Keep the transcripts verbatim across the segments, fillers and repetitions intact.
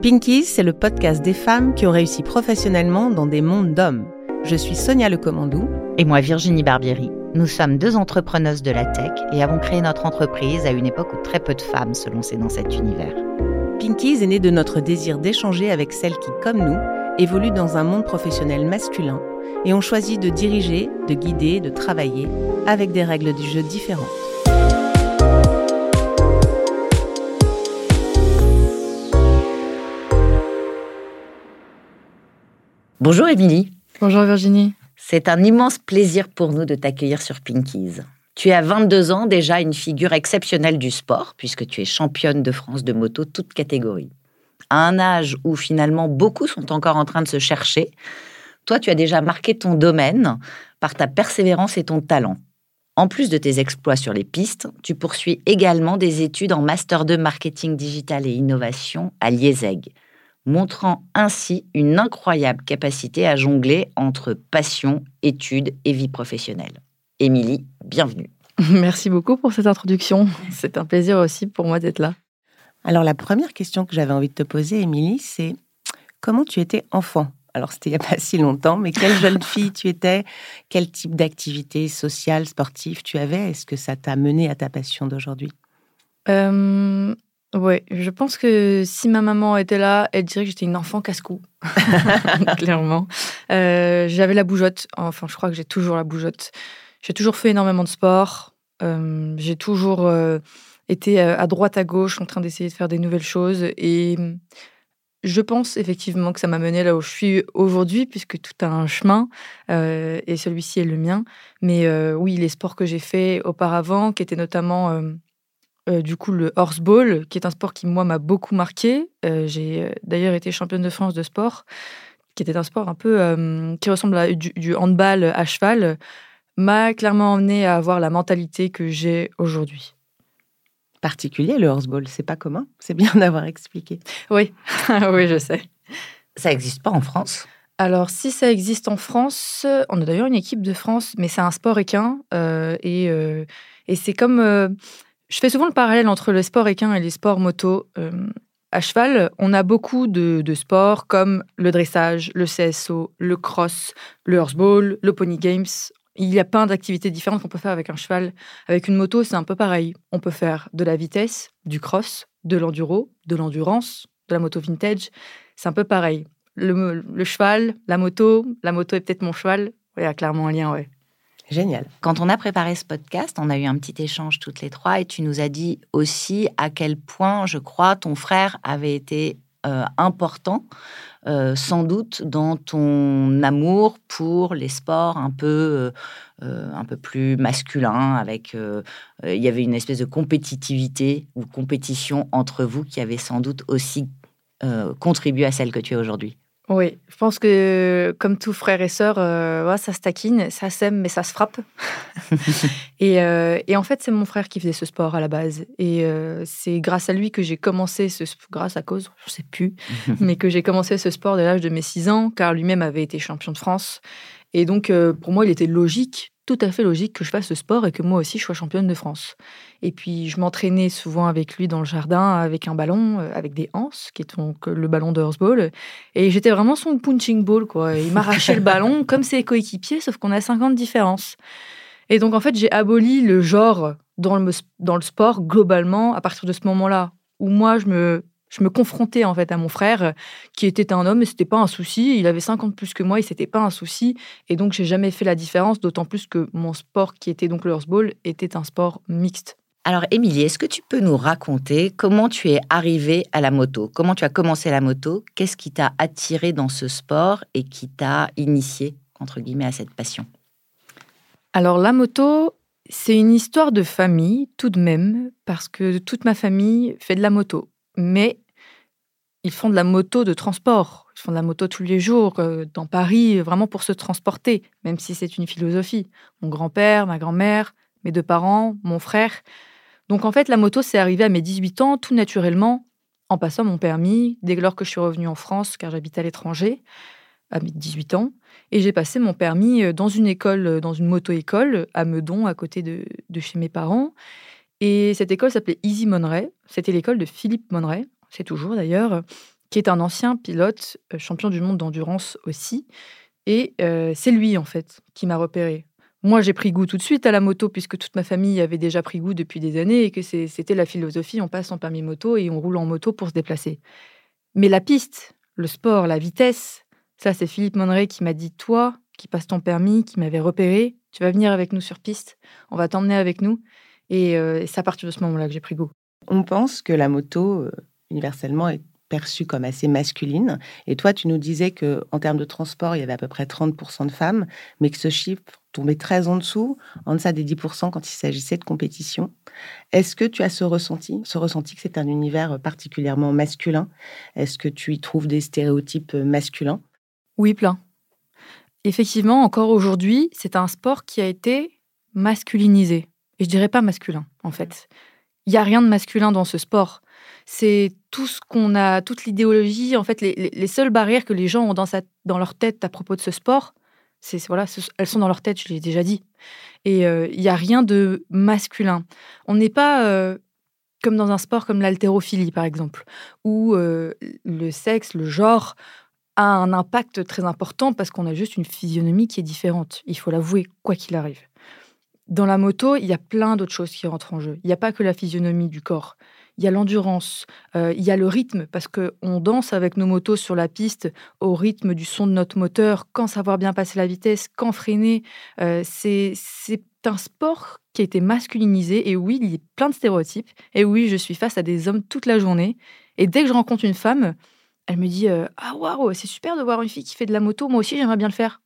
Pinkies, c'est le podcast des femmes qui ont réussi professionnellement dans des mondes d'hommes. Je suis Sonia Lecomandou. Et moi, Virginie Barbieri. Nous sommes deux entrepreneuses de la tech et avons créé notre entreprise à une époque où très peu de femmes se lançaient dans cet univers. Pinkies est né de notre désir d'échanger avec celles qui, comme nous, évoluent dans un monde professionnel masculin et ont choisi de diriger, de guider, de travailler avec des règles du jeu différentes. Bonjour Émilie. Bonjour Virginie. C'est un immense plaisir pour nous de t'accueillir sur Pinkies. Tu as vingt-deux ans, déjà une figure exceptionnelle du sport, puisque tu es championne de France de moto, toutes catégories. À un âge où finalement beaucoup sont encore en train de se chercher, toi tu as déjà marqué ton domaine par ta persévérance et ton talent. En plus de tes exploits sur les pistes, tu poursuis également des études en Master deux Marketing Digital et Innovation à l'IESEG, montrant ainsi une incroyable capacité à jongler entre passion, études et vie professionnelle. Émilie, bienvenue. Merci beaucoup pour cette introduction. C'est un plaisir aussi pour moi d'être là. Alors la première question que j'avais envie de te poser, Émilie, c'est comment tu étais enfant ? Alors c'était il n'y a pas si longtemps, mais quelle jeune fille tu étais ? Quel type d'activité sociale, sportive tu avais ? Est-ce que ça t'a mené à ta passion d'aujourd'hui ? euh... Oui, je pense que si ma maman était là, elle dirait que j'étais une enfant casse-cou, clairement. Euh, j'avais la bougeotte, enfin je crois que j'ai toujours la bougeotte. J'ai toujours fait énormément de sport, euh, j'ai toujours euh, été à droite, à gauche, en train d'essayer de faire des nouvelles choses. Et je pense effectivement que ça m'a menée là où je suis aujourd'hui, puisque tout a un chemin, euh, et celui-ci est le mien. Mais euh, oui, les sports que j'ai faits auparavant, qui étaient notamment... Euh, Euh, du coup, le horseball, qui est un sport qui, moi, m'a beaucoup marqué. Euh, j'ai euh, d'ailleurs été championne de France de sport, qui était un sport un peu euh, qui ressemble à du, du handball à cheval, m'a clairement emmenée à avoir la mentalité que j'ai aujourd'hui. Particulier, le horseball, c'est pas commun. C'est bien d'avoir expliqué. Oui, oui, je sais. Ça n'existe pas en France ? Alors, si ça existe en France, on a d'ailleurs une équipe de France, mais c'est un sport équin. Euh, et, euh, et c'est comme... Euh, Je fais souvent le parallèle entre le sport équin et les sports moto. Euh, à cheval, on a beaucoup de, de sports comme le dressage, le C S O, le cross, le horseball, le pony games. Il y a plein d'activités différentes qu'on peut faire avec un cheval. Avec une moto, c'est un peu pareil. On peut faire de la vitesse, du cross, de l'enduro, de l'endurance, de la moto vintage. C'est un peu pareil. Le, le cheval, la moto, la moto est peut-être mon cheval. Il y a clairement un lien, ouais. Génial. Quand on a préparé ce podcast, on a eu un petit échange toutes les trois et tu nous as dit aussi à quel point, je crois, ton frère avait été euh, important, euh, sans doute, dans ton amour pour les sports un peu, euh, un peu plus masculins. Avec, euh, euh, il y avait une espèce de compétitivité ou compétition entre vous qui avait sans doute aussi euh, contribué à celle que tu es aujourd'hui. Oui, je pense que comme tout frère et sœur, euh, ouais, ça se taquine, ça s'aime, mais ça se frappe. et, euh, et en fait, c'est mon frère qui faisait ce sport à la base. Et euh, c'est grâce à lui que j'ai commencé, ce, grâce à cause, je ne sais plus, mais que j'ai commencé ce sport dès l'âge de mes six ans, car lui-même avait été champion de France. Et donc, euh, pour moi, il était logique, tout à fait logique que je fasse ce sport et que moi aussi, je sois championne de France. Et puis, je m'entraînais souvent avec lui dans le jardin, avec un ballon, euh, avec des anses, qui est donc le ballon de horseball. Et j'étais vraiment son punching ball, quoi. Il m'arrachait le ballon comme ses coéquipiers, sauf qu'on a cinq ans de différence. Et donc, en fait, j'ai aboli le genre dans le, dans le sport, globalement, à partir de ce moment-là, où moi, je me... Je me confrontais en fait à mon frère qui était un homme et c'était pas un souci. Il avait cinq ans de plus que moi et c'était pas un souci. Et donc, j'ai jamais fait la différence, d'autant plus que mon sport, qui était donc le horseball, était un sport mixte. Alors, Émilie, est-ce que tu peux nous raconter comment tu es arrivée à la moto ? Comment tu as commencé la moto ? Qu'est-ce qui t'a attirée dans ce sport et qui t'a initiée, entre guillemets, à cette passion ? Alors, la moto, c'est une histoire de famille, tout de même, parce que toute ma famille fait de la moto. Mais ils font de la moto de transport. Ils font de la moto tous les jours, euh, dans Paris, vraiment pour se transporter, même si c'est une philosophie. Mon grand-père, ma grand-mère, mes deux parents, mon frère. Donc en fait, la moto, c'est arrivé à mes dix-huit ans, tout naturellement, en passant mon permis, dès lors que je suis revenue en France, car j'habite à l'étranger, à mes dix-huit ans. Et j'ai passé mon permis dans une école, dans une moto-école, à Meudon, à côté de, de chez mes parents. Et cette école s'appelait Easy Monneray. C'était l'école de Philippe Monneray, c'est toujours d'ailleurs, qui est un ancien pilote, euh, champion du monde d'endurance aussi. Et euh, c'est lui, en fait, qui m'a repéré. Moi, j'ai pris goût tout de suite à la moto, puisque toute ma famille avait déjà pris goût depuis des années, et que c'est, c'était la philosophie, on passe son permis moto et on roule en moto pour se déplacer. Mais la piste, le sport, la vitesse, ça, c'est Philippe Monneret qui m'a dit, toi, qui passes ton permis, qui m'avait repéré, tu vas venir avec nous sur piste, on va t'emmener avec nous. Et euh, c'est à partir de ce moment-là que j'ai pris goût. On pense que la moto, euh, universellement, est perçue comme assez masculine. Et toi, tu nous disais qu'en termes de transport, il y avait à peu près trente pour cent de femmes, mais que ce chiffre tombait très en dessous, en deçà des dix pour cent quand il s'agissait de compétition. Est-ce que tu as ce ressenti, ce ressenti que c'est un univers particulièrement masculin? Est-ce que tu y trouves des stéréotypes masculins? Oui, plein. Effectivement, encore aujourd'hui, c'est un sport qui a été masculinisé. Et je dirais pas masculin, en fait. Il n'y a rien de masculin dans ce sport. C'est tout ce qu'on a, toute l'idéologie, en fait, les, les, les seules barrières que les gens ont dans, sa, dans leur tête à propos de ce sport, c'est, voilà, ce, elles sont dans leur tête, je l'ai déjà dit. Et il euh, n'y a rien de masculin. On n'est pas euh, comme dans un sport comme l'haltérophilie, par exemple, où euh, le sexe, le genre, a un impact très important parce qu'on a juste une physionomie qui est différente. Il faut l'avouer, quoi qu'il arrive. Dans la moto, il y a plein d'autres choses qui rentrent en jeu. Il n'y a pas que la physionomie du corps. Il y a l'endurance, euh, il y a le rythme, parce qu'on danse avec nos motos sur la piste au rythme du son de notre moteur, quand savoir bien passer la vitesse, quand freiner. Euh, c'est, c'est un sport qui a été masculinisé, et oui, il y a plein de stéréotypes, et oui, je suis face à des hommes toute la journée, et dès que je rencontre une femme, elle me dit euh, « Ah, waouh, c'est super de voir une fille qui fait de la moto, moi aussi j'aimerais bien le faire. »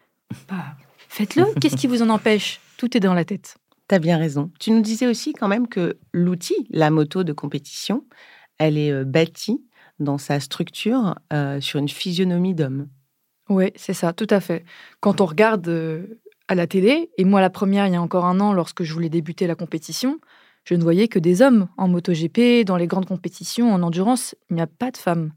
Bah, faites-le, qu'est-ce qui vous en empêche? Tout est dans la tête. T'as bien raison. Tu nous disais aussi quand même que l'outil, la moto de compétition, elle est euh, bâtie dans sa structure euh, sur une physionomie d'homme. Oui, c'est ça, tout à fait. Quand on regarde euh, à la télé, et moi la première il y a encore un an, lorsque je voulais débuter la compétition, je ne voyais que des hommes en MotoGP, dans les grandes compétitions, en endurance, il n'y a pas de femmes.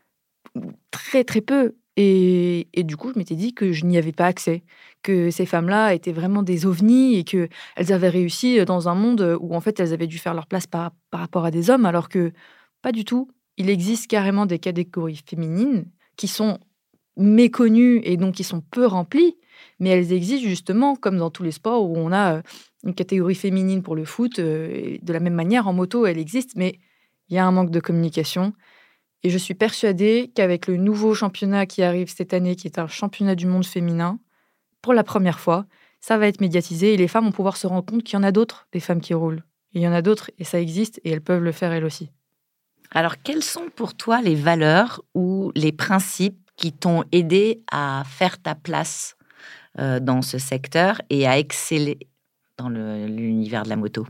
Très très peu. Et, et du coup, je m'étais dit que je n'y avais pas accès, que ces femmes-là étaient vraiment des ovnis et qu'elles avaient réussi dans un monde où, en fait, elles avaient dû faire leur place par, par rapport à des hommes, alors que pas du tout. Il existe carrément des catégories féminines qui sont méconnues et donc qui sont peu remplies, mais elles existent justement, comme dans tous les sports où on a une catégorie féminine pour le foot. Et de la même manière, en moto, elle existe, mais il y a un manque de communication. Et je suis persuadée qu'avec le nouveau championnat qui arrive cette année, qui est un championnat du monde féminin, pour la première fois, ça va être médiatisé et les femmes vont pouvoir se rendre compte qu'il y en a d'autres, des femmes qui roulent. Il y en a d'autres et ça existe et elles peuvent le faire elles aussi. Alors, quelles sont pour toi les valeurs ou les principes qui t'ont aidé à faire ta place euh, dans ce secteur et à exceller dans le, l'univers de la moto?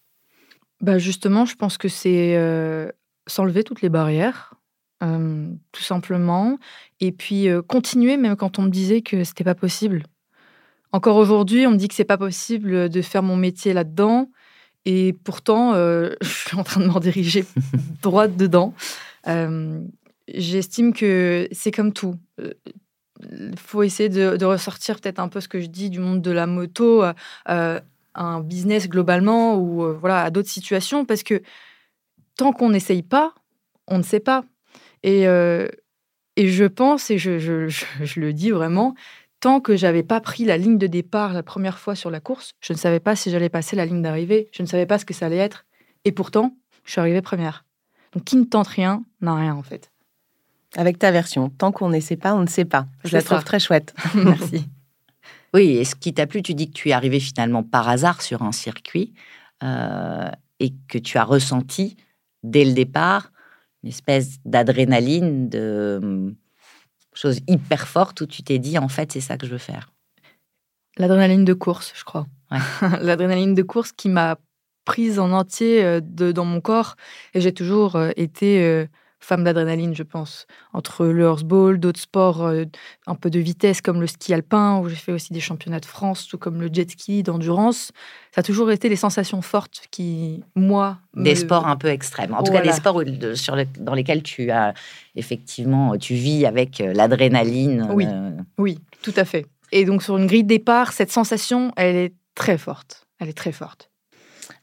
Bah justement, je pense que c'est euh, s'enlever toutes les barrières. Euh, tout simplement, et puis euh, continuer même quand on me disait que c'était pas possible. Encore aujourd'hui, on me dit que c'est pas possible de faire mon métier là-dedans, et pourtant, euh, je suis en train de m'en diriger droit dedans. Euh, j'estime que c'est comme tout. Il euh, faut essayer de, de ressortir peut-être un peu ce que je dis du monde de la moto, euh, un business globalement, ou euh, voilà, à d'autres situations, parce que tant qu'on n'essaye pas, on ne sait pas. Et, euh, et je pense, et je, je, je, je le dis vraiment, tant que j'avais pas pris la ligne de départ la première fois sur la course, je ne savais pas si j'allais passer la ligne d'arrivée, je ne savais pas ce que ça allait être. Et pourtant, je suis arrivée première. Donc, qui ne tente rien, n'a rien, en fait. Avec ta version, tant qu'on n'essaie pas, on ne sait pas. Je C'est la ça. trouve très chouette. Merci. Oui, et ce qui t'a plu, tu dis que tu es arrivé finalement par hasard sur un circuit euh, et que tu as ressenti dès le départ une espèce d'adrénaline, de chose hyper forte où tu t'es dit, en fait, c'est ça que je veux faire. L'adrénaline de course, je crois. Ouais. L'adrénaline de course qui m'a prise en entier de, dans mon corps. Et j'ai toujours euh, été euh, femme d'adrénaline, je pense. Entre le horseball, d'autres sports, euh, un peu de vitesse comme le ski alpin, où j'ai fait aussi des championnats de France, tout comme le jet ski d'endurance. Ça a toujours été les sensations fortes qui, moi... Des me... sports un peu extrêmes. En tout Voilà. cas, des sports où, de, sur le, dans lesquels tu as effectivement, tu vis avec l'adrénaline. Oui, euh... oui, tout à fait. Et donc, sur une grille de départ, cette sensation, elle est très forte. Elle est très forte.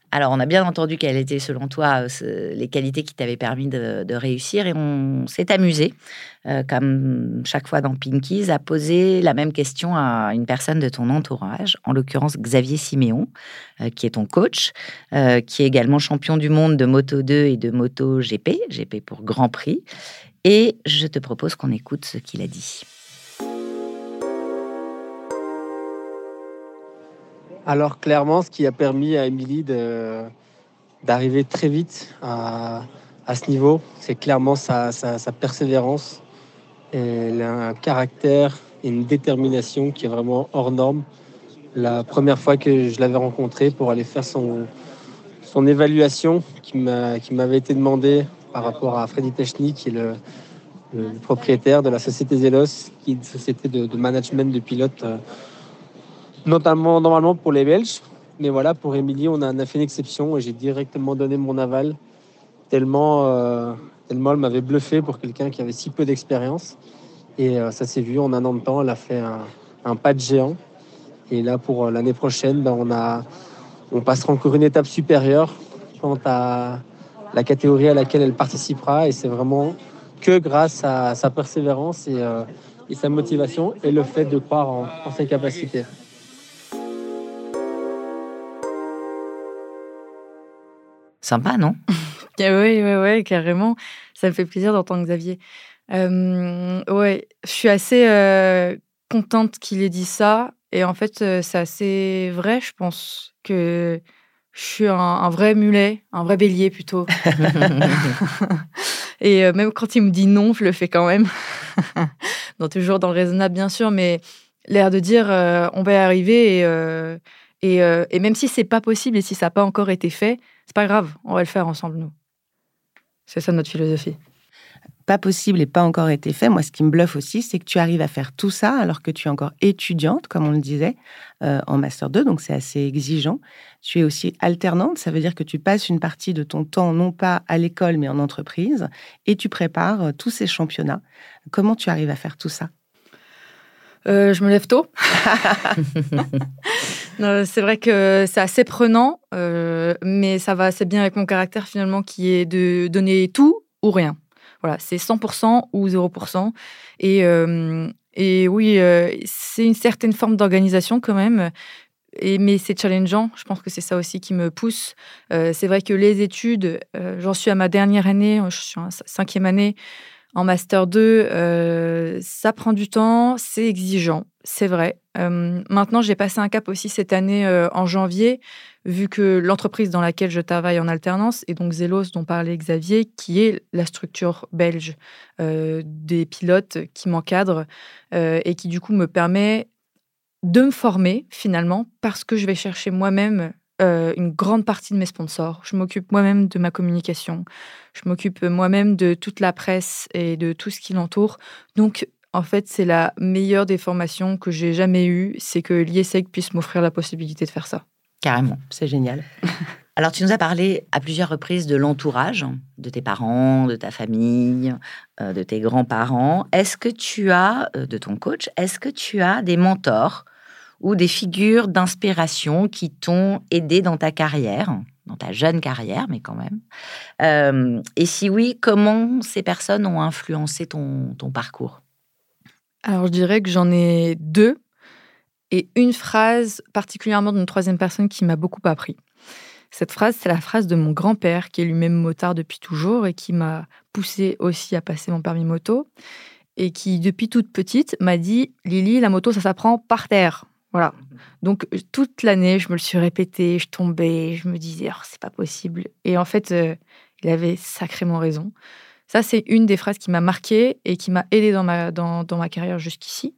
Alors, on a bien entendu quelles étaient, selon toi, euh, les qualités qui t'avaient permis de, de réussir et on s'est amusé, euh, comme chaque fois dans Pinkies, à poser la même question à une personne de ton entourage, en l'occurrence Xavier Siméon, euh, qui est ton coach, euh, qui est également champion du monde de Moto deux et de Moto G P, G P pour Grand Prix. Et je te propose qu'on écoute ce qu'il a dit. Alors clairement, ce qui a permis à Émilie de, d'arriver très vite à, à ce niveau, c'est clairement sa, sa, sa persévérance. Elle a un caractère et une détermination qui est vraiment hors norme. La première fois que je l'avais rencontrée pour aller faire son, son évaluation qui, m'a, qui m'avait été demandée par rapport à Freddy Technique, qui est le, le propriétaire de la société Zelos, qui est une société de, de management de pilotes, euh, notamment normalement pour les Belges. Mais voilà, pour Émilie, on a, on a fait une exception et j'ai directement donné mon aval, tellement, euh, tellement elle m'avait bluffé pour quelqu'un qui avait si peu d'expérience. Et euh, ça s'est vu, en un an de temps, elle a fait un, un pas de géant. Et là, pour euh, l'année prochaine, ben, on, a, on passera encore une étape supérieure quant à la catégorie à laquelle elle participera. Et c'est vraiment que grâce à sa persévérance et, euh, et sa motivation et le fait de croire en, en ses capacités. Sympa, non? Oui, oui, oui, carrément. Ça me fait plaisir d'entendre Xavier. Euh, ouais, je suis assez euh, contente qu'il ait dit ça. Et en fait, euh, c'est assez vrai, je pense, que je suis un, un vrai mulet, un vrai bélier plutôt. Et euh, même quand il me dit non, je le fais quand même. Donc, toujours dans le raisonnable, bien sûr, mais l'air de dire euh, on va y arriver. Et, euh, et, euh, et même si c'est pas possible et si ça n'a pas encore été fait, c'est pas grave, on va le faire ensemble, nous. C'est ça notre philosophie. Pas possible et pas encore été fait. Moi, ce qui me bluffe aussi, c'est que tu arrives à faire tout ça alors que tu es encore étudiante, comme on le disait, euh, en Master deux, donc c'est assez exigeant. Tu es aussi alternante, ça veut dire que tu passes une partie de ton temps, non pas à l'école, mais en entreprise, et tu prépares euh, tous ces championnats. Comment tu arrives à faire tout ça ? Euh, je me lève tôt. Non, c'est vrai que c'est assez prenant, euh, mais ça va assez bien avec mon caractère finalement qui est de donner tout ou rien. Voilà, c'est cent pour cent ou zéro pour cent. Et, euh, et oui, euh, c'est une certaine forme d'organisation quand même. Et, mais c'est challengeant. Je pense que c'est ça aussi qui me pousse. Euh, c'est vrai que les études, euh, j'en suis à ma dernière année, je suis en cinquième année. En Master deux, euh, ça prend du temps, c'est exigeant, c'est vrai. Euh, maintenant, j'ai passé un cap aussi cette année euh, en janvier, vu que l'entreprise dans laquelle je travaille en alternance, et donc Zelos dont parlait Xavier, qui est la structure belge euh, des pilotes qui m'encadrent euh, et qui du coup me permet de me former finalement, parce que je vais chercher moi-même Euh, une grande partie de mes sponsors. Je m'occupe moi-même de ma communication. Je m'occupe moi-même de toute la presse et de tout ce qui l'entoure. Donc, en fait, c'est la meilleure des formations que j'ai jamais eues. C'est que l'I E S E C puisse m'offrir la possibilité de faire ça. Carrément. C'est génial. Alors, tu nous as parlé à plusieurs reprises de l'entourage, de tes parents, de ta famille, euh, de tes grands-parents. Est-ce que tu as, euh, de ton coach, est-ce que tu as des mentors ou des figures d'inspiration qui t'ont aidé dans ta carrière, dans ta jeune carrière, mais quand même. Euh, et si oui, comment ces personnes ont influencé ton, ton parcours ? Alors, je dirais que j'en ai deux, et une phrase particulièrement d'une troisième personne qui m'a beaucoup appris. Cette phrase, c'est la phrase de mon grand-père, qui est lui-même motard depuis toujours et qui m'a poussée aussi à passer mon permis moto, et qui, depuis toute petite, m'a dit « Lily, la moto, ça s'apprend par terre ». Voilà. Donc, toute l'année, je me le suis répété, je tombais, je me disais oh, « c'est pas possible ». Et en fait, euh, il avait sacrément raison. Ça, c'est une des phrases qui m'a marquée et qui m'a aidée dans ma, dans, dans ma carrière jusqu'ici.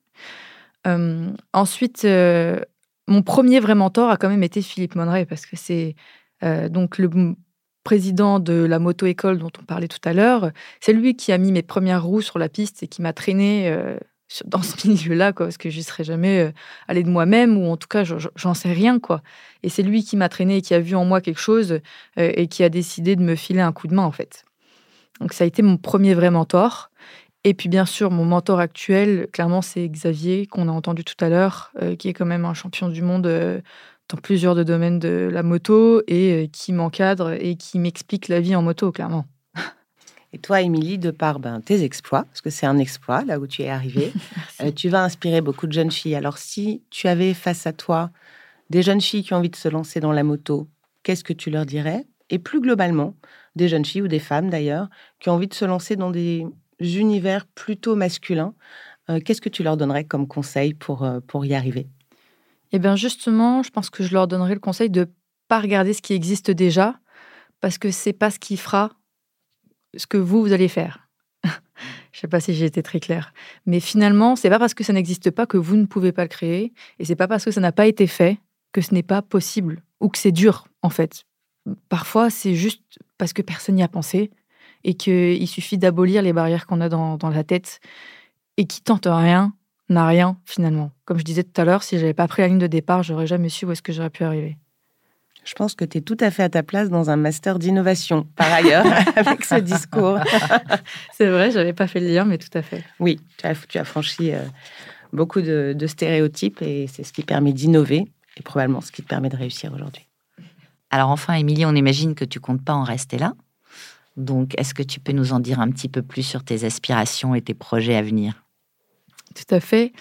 Euh, ensuite, euh, mon premier vrai mentor a quand même été Philippe Monneray, parce que c'est euh, donc le président de la moto-école dont on parlait tout à l'heure. C'est lui qui a mis mes premières roues sur la piste et qui m'a traînée euh, dans ce milieu-là, quoi, parce que je n'y serais jamais euh, allée de moi-même, ou en tout cas, je, j'en sais rien, quoi. Et c'est lui qui m'a traînée et qui a vu en moi quelque chose euh, et qui a décidé de me filer un coup de main, en fait. Donc, ça a été mon premier vrai mentor. Et puis, bien sûr, mon mentor actuel, clairement, c'est Xavier, qu'on a entendu tout à l'heure, euh, qui est quand même un champion du monde euh, dans plusieurs de domaines de la moto et qui m'encadre et qui m'explique la vie en moto, clairement. Et toi, Émilie, de par ben, tes exploits, parce que c'est un exploit, là où tu es arrivée, euh, tu vas inspirer beaucoup de jeunes filles. Alors, si tu avais face à toi des jeunes filles qui ont envie de se lancer dans la moto, qu'est-ce que tu leur dirais ? Et plus globalement, des jeunes filles ou des femmes, d'ailleurs, qui ont envie de se lancer dans des univers plutôt masculins, euh, qu'est-ce que tu leur donnerais comme conseil pour, euh, pour y arriver ? Eh bien, justement, je pense que je leur donnerais le conseil de ne pas regarder ce qui existe déjà, parce que ce n'est pas ce qui fera ce que vous, vous allez faire. Je ne sais pas si j'ai été très claire. Mais finalement, ce n'est pas parce que ça n'existe pas que vous ne pouvez pas le créer, et ce n'est pas parce que ça n'a pas été fait que ce n'est pas possible, ou que c'est dur, en fait. Parfois, c'est juste parce que personne n'y a pensé, et qu'il suffit d'abolir les barrières qu'on a dans, dans la tête, et qui tente rien, n'a rien, finalement. Comme je disais tout à l'heure, si je n'avais pas pris la ligne de départ, je n'aurais jamais su où est-ce que j'aurais pu arriver. Je pense que tu es tout à fait à ta place dans un master d'innovation, par ailleurs, avec ce discours. C'est vrai, je n'avais pas fait le lien, mais tout à fait. Oui, tu as, tu as franchi euh, beaucoup de, de stéréotypes, et c'est ce qui permet d'innover, et probablement ce qui te permet de réussir aujourd'hui. Alors enfin, Émilie, on imagine que tu comptes pas en rester là. Donc, est-ce que tu peux nous en dire un petit peu plus sur tes aspirations et tes projets à venir ? Tout à fait.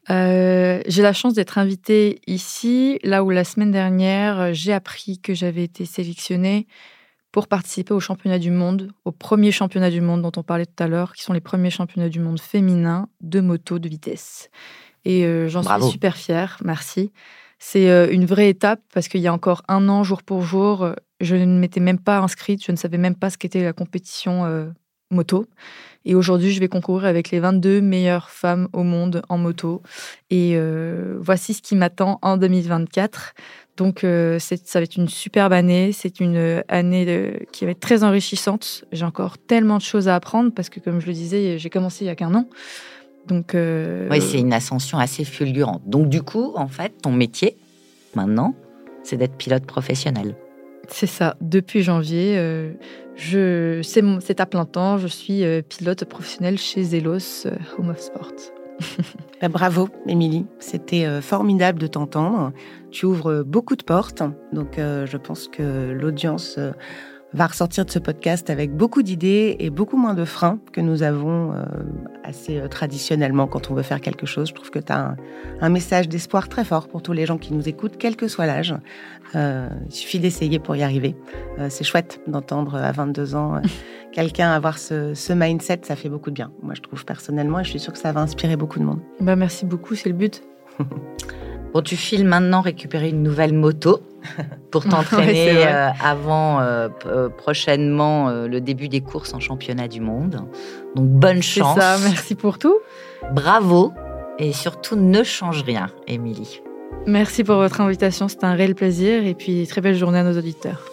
Euh, j'ai la chance d'être invitée ici, là où la semaine dernière, j'ai appris que j'avais été sélectionnée pour participer au championnat du monde, au premier championnat du monde dont on parlait tout à l'heure, qui sont les premiers championnats du monde féminins de moto de vitesse. Et euh, j'en Bravo. suis super fière, merci. C'est euh, une vraie étape parce qu'il y a encore un an, jour pour jour, je ne m'étais même pas inscrite, je ne savais même pas ce qu'était la compétition euh, moto. Et aujourd'hui, je vais concourir avec les vingt-deux meilleures femmes au monde en moto. Et euh, voici ce qui m'attend en deux mille vingt-quatre. Donc, euh, c'est, ça va être une superbe année. C'est une année de, qui va être très enrichissante. J'ai encore tellement de choses à apprendre parce que, comme je le disais, j'ai commencé il y a qu'un an. Donc, euh... oui, c'est une ascension assez fulgurante. Donc, du coup, en fait, ton métier, maintenant, c'est d'être pilote professionnel. C'est ça. Depuis janvier, euh, je, c'est, mon, c'est à plein temps. Je suis euh, pilote professionnel chez Zelos euh, Home of Sport. Ben, bravo, Émilie. C'était euh, formidable de t'entendre. Tu ouvres beaucoup de portes. Donc, euh, je pense que l'audience euh, va ressortir de ce podcast avec beaucoup d'idées et beaucoup moins de freins que nous avons euh, assez euh, traditionnellement quand on veut faire quelque chose. Je trouve que tu as un, un message d'espoir très fort pour tous les gens qui nous écoutent, quel que soit l'âge. Euh, il suffit d'essayer pour y arriver. Euh, c'est chouette d'entendre à vingt-deux ans euh, quelqu'un avoir ce, ce mindset, ça fait beaucoup de bien. Moi, je trouve personnellement, et je suis sûre que ça va inspirer beaucoup de monde. Bah, merci beaucoup, c'est le but. Bon, tu files maintenant récupérer une nouvelle moto pour t'entraîner ouais, euh, avant euh, p- euh, prochainement euh, le début des courses en championnat du monde. Donc, bonne chance. C'est ça, merci pour tout. Bravo et surtout, ne change rien, Émilie. Merci pour votre invitation, c'était un réel plaisir et puis très belle journée à nos auditeurs.